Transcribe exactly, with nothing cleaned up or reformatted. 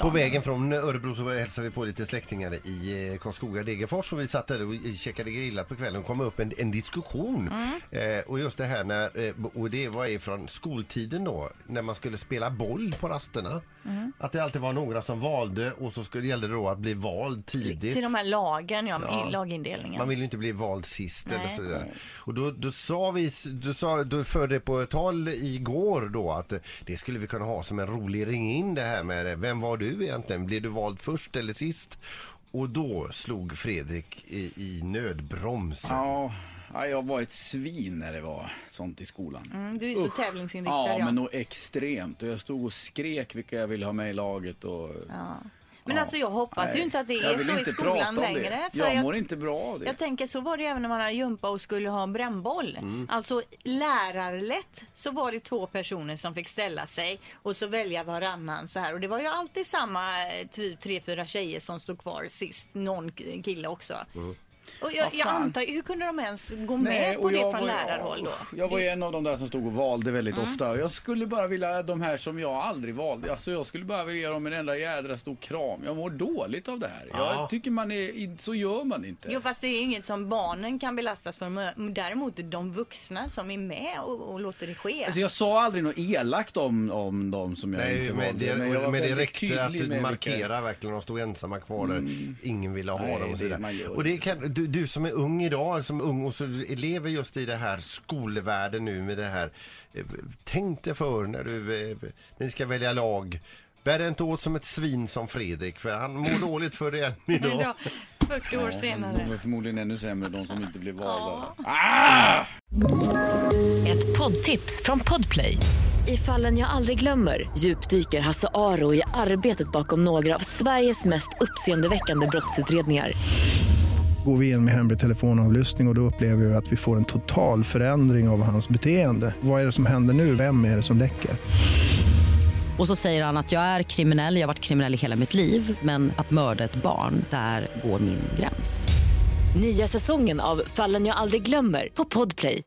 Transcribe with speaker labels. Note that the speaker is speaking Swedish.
Speaker 1: På vägen från Örebro så hälsade vi på lite släktingar i Karlskoga, Degerfors, och vi satt där och käkade grilla på kvällen och kom upp en, en diskussion. Mm. Eh, och just det här när, och det var ju från skoltiden då, när man skulle spela boll på rasterna. Mm. Att det alltid var några som valde, och så skulle, gällde det då att bli vald tidigt.
Speaker 2: Till de här lagen, ja,
Speaker 1: ja.
Speaker 2: lagindelningen.
Speaker 1: Man vill ju inte bli vald sist.
Speaker 2: Nej.
Speaker 1: Eller sådär. Och då, då sa vi, då, sa, då förde på ett tal igår då att det skulle vi kunna ha som en rolig ring in, det här med vem var du egentligen? Blir du vald först eller sist? Och då slog Fredrik i, i nödbromsen.
Speaker 3: Ja. Ja, jag var ett svin när det var sånt i skolan.
Speaker 2: Mm, du är så Usch. tävlingsinriktad.
Speaker 3: Ja,
Speaker 2: ja,
Speaker 3: men nog extremt. Och jag stod och skrek vilka jag ville ha med i laget. Och...
Speaker 2: Ja. Men ja. alltså jag hoppas
Speaker 3: Nej.
Speaker 2: ju inte att det är så i skolan längre.
Speaker 3: För jag, jag mår inte bra av det.
Speaker 2: Jag tänker, så var det även när man hade jumpa och skulle ha brännboll. Mm. Alltså lärarlätt så var det två personer som fick ställa sig och så välja varannan så här. Och det var ju alltid samma typ tre, fyra tjejer som stod kvar sist. Någon kille också. Mm. Och jag, jag antar, hur kunde de ens gå med Nej, på det från var, lärarhåll då?
Speaker 3: Jag var ju en av de där som stod och valde väldigt mm. ofta. Jag skulle bara vilja, de här som jag aldrig valde, alltså jag skulle bara vilja ge dem en enda jädra stor kram. Jag mår dåligt av det här. Ja. Jag tycker man är, så gör man inte.
Speaker 2: Jo, fast det är inget som barnen kan belastas för. Däremot de vuxna som är med och, och låter det ske.
Speaker 3: Alltså jag sa aldrig något elakt om, om dem som jag
Speaker 1: Nej,
Speaker 3: inte
Speaker 1: men
Speaker 3: valde.
Speaker 1: Det, men jag men det räckte att markera
Speaker 3: vilka...
Speaker 1: verkligen. De stod ensamma kvar där. Mm. Ingen ville ha
Speaker 3: Nej,
Speaker 1: dem och så
Speaker 3: det,
Speaker 1: och det kan, du, du som är ung idag, som ung och så lever just i det här skolvärlden nu med det här. Tänk dig för när du när ni ska välja lag. Bär det inte åt som ett svin som Fredrik, för han mår dåligt för det än idag.
Speaker 2: fyrtio år senare.
Speaker 3: Han mår förmodligen ännu sämre, de som inte blir valda.
Speaker 2: Ja.
Speaker 3: Ah!
Speaker 4: Ett poddtips från Podplay. I Fallen jag aldrig glömmer djupdyker Hasse Aro i arbetet bakom några av Sveriges mest uppseendeväckande brottsutredningar.
Speaker 5: Går vi in med hemlig telefonavlyssning och då upplever vi att vi får en total förändring av hans beteende. Vad är det som händer nu? Vem är det som läcker?
Speaker 6: Och så säger han att jag är kriminell, jag har varit kriminell i hela mitt liv. Men att mörda ett barn, där går min gräns.
Speaker 4: Nya säsongen av Fallen jag aldrig glömmer på Podplay.